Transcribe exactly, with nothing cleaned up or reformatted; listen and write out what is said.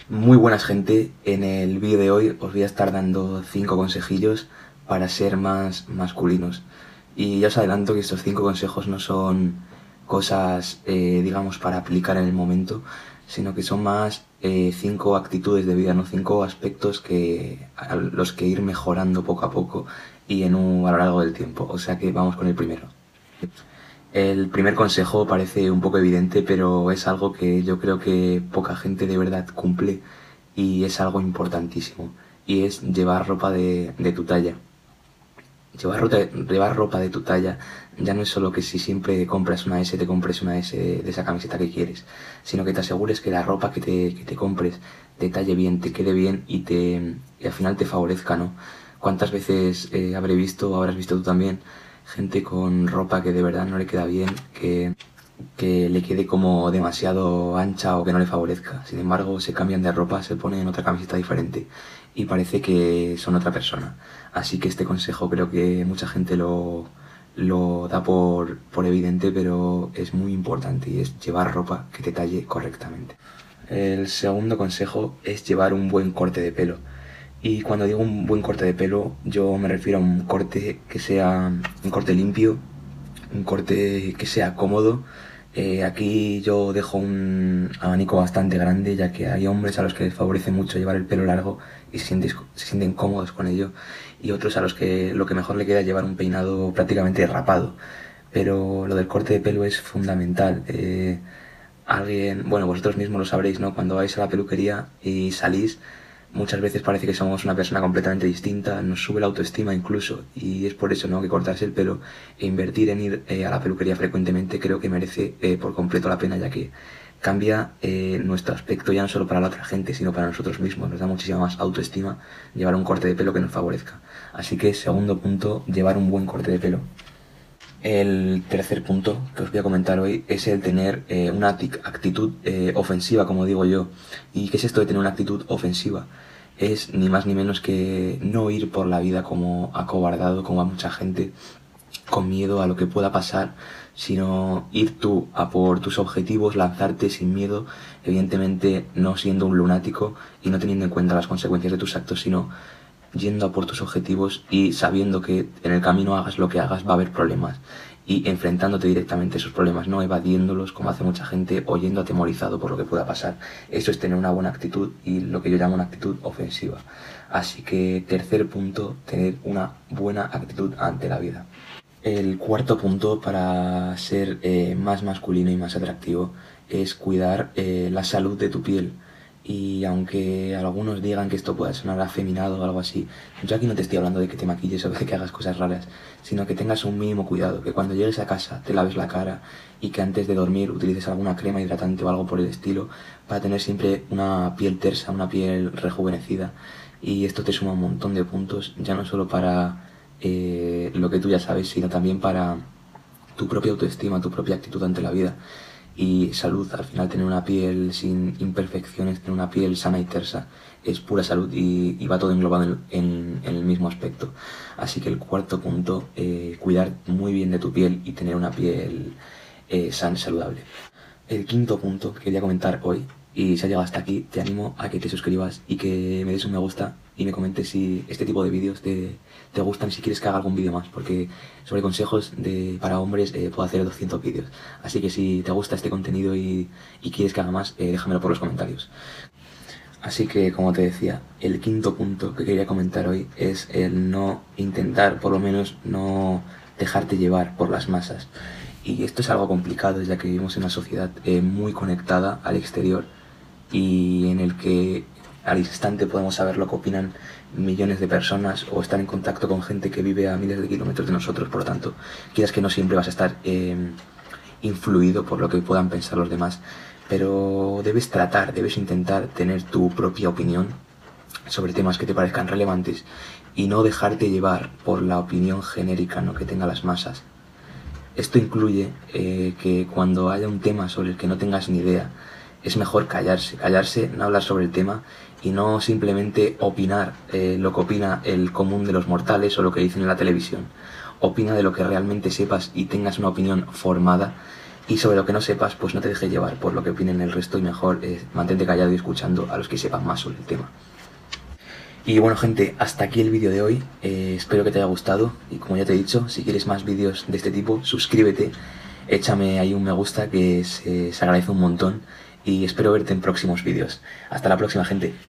Muy buenas gente, en el vídeo de hoy os voy a estar dando cinco consejillos para ser más masculinos. Y ya os adelanto que estos cinco consejos no son cosas, eh, digamos, para aplicar en el momento, sino que son más eh, cinco actitudes de vida, ¿no? Cinco aspectos que, a los que ir mejorando poco a poco y en un, a lo largo del tiempo. O sea que vamos con el primero. El primer consejo parece un poco evidente, pero es algo que yo creo que poca gente de verdad cumple y es algo importantísimo. Y es llevar ropa de, de tu talla. Llevar ropa, llevar ropa de tu talla ya no es solo que si siempre compras una S te compres una S de, de esa camiseta que quieres, sino que te asegures que la ropa que te, que te compres te talle bien, te quede bien y, te, y al final te favorezca, ¿no? ¿Cuántas veces eh, habré visto, o habrás visto tú también, gente con ropa que de verdad no le queda bien, que, que le quede como demasiado ancha o que no le favorezca? Sin embargo, se cambian de ropa, se ponen otra camiseta diferente y parece que son otra persona. Así que este consejo creo que mucha gente lo, lo da por, por evidente, pero es muy importante y es llevar ropa que te talle correctamente. El segundo consejo es llevar un buen corte de pelo. Y cuando digo un buen corte de pelo, yo me refiero a un corte que sea un corte limpio, un corte que sea cómodo. Eh, aquí yo dejo un abanico bastante grande, ya que hay hombres a los que les favorece mucho llevar el pelo largo y se sienten, se sienten cómodos con ello, y otros a los que lo que mejor le queda es llevar un peinado prácticamente rapado. Pero lo del corte de pelo es fundamental. Eh, alguien, bueno, vosotros mismos lo sabréis, ¿no? Cuando vais a la peluquería y salís, muchas veces parece que somos una persona completamente distinta, nos sube la autoestima incluso, y es por eso, ¿no?, que cortarse el pelo e invertir en ir eh, a la peluquería frecuentemente creo que merece eh, por completo la pena, ya que cambia eh, nuestro aspecto ya no solo para la otra gente, sino para nosotros mismos. Nos da muchísima más autoestima llevar un corte de pelo que nos favorezca. Así que, segundo punto, llevar un buen corte de pelo. El tercer punto que os voy a comentar hoy es el tener eh, una actitud eh, ofensiva, como digo yo. ¿Y qué es esto de tener una actitud ofensiva? Es ni más ni menos que no ir por la vida como acobardado, como a mucha gente, con miedo a lo que pueda pasar, sino ir tú a por tus objetivos, lanzarte sin miedo, evidentemente no siendo un lunático y no teniendo en cuenta las consecuencias de tus actos, sino yendo a por tus objetivos y sabiendo que en el camino hagas lo que hagas va a haber problemas, y enfrentándote directamente a esos problemas, no evadiéndolos como hace mucha gente o yendo atemorizado por lo que pueda pasar. Eso es tener una buena actitud y lo que yo llamo una actitud ofensiva. Así que, tercer punto, tener una buena actitud ante la vida. El cuarto punto para ser eh, más masculino y más atractivo es cuidar eh, la salud de tu piel. Y aunque algunos digan que esto pueda sonar afeminado o algo así, yo aquí no te estoy hablando de que te maquilles o de que hagas cosas raras, sino que tengas un mínimo cuidado, que cuando llegues a casa te laves la cara y que antes de dormir utilices alguna crema hidratante o algo por el estilo para tener siempre una piel tersa, una piel rejuvenecida. Y esto te suma un montón de puntos, ya no solo para eh, lo que tú ya sabes, sino también para tu propia autoestima, tu propia actitud ante la vida y salud. Al final, tener una piel sin imperfecciones, tener una piel sana y tersa, es pura salud y, y va todo englobado en, en, en el mismo aspecto. Así que el cuarto punto, eh, cuidar muy bien de tu piel y tener una piel eh, sana y saludable. El quinto punto que quería comentar hoy, y si has llegado hasta aquí, te animo a que te suscribas y que me des un me gusta y me comentes si este tipo de vídeos te, te gustan, si quieres que haga algún vídeo más, porque sobre consejos de, para hombres eh, puedo hacer doscientos vídeos. Así que si te gusta este contenido y, y quieres que haga más, eh, déjamelo por los comentarios. Así que, como te decía, el quinto punto que quería comentar hoy es el no intentar, por lo menos no dejarte llevar por las masas. Y esto es algo complicado, ya que vivimos en una sociedad eh, muy conectada al exterior y en el que al instante podemos saber lo que opinan millones de personas o estar en contacto con gente que vive a miles de kilómetros de nosotros. Por lo tanto, quieras que no, siempre vas a estar eh, influido por lo que puedan pensar los demás, pero debes tratar, debes intentar tener tu propia opinión sobre temas que te parezcan relevantes y no dejarte llevar por la opinión genérica, ¿no?, que tengan las masas. Esto incluye eh, que cuando haya un tema sobre el que no tengas ni idea, es mejor callarse, callarse, no hablar sobre el tema y no simplemente opinar eh, lo que opina el común de los mortales o lo que dicen en la televisión. Opina de lo que realmente sepas y tengas una opinión formada Y sobre lo que no sepas, pues no te dejes llevar por lo que opinen el resto y mejor eh, mantente callado y escuchando a los que sepan más sobre el tema. Y bueno gente, hasta aquí el vídeo de hoy, eh, espero que te haya gustado y como ya te he dicho, si quieres más vídeos de este tipo, suscríbete, échame ahí un me gusta que se, se agradece un montón y espero verte en próximos vídeos. Hasta la próxima gente.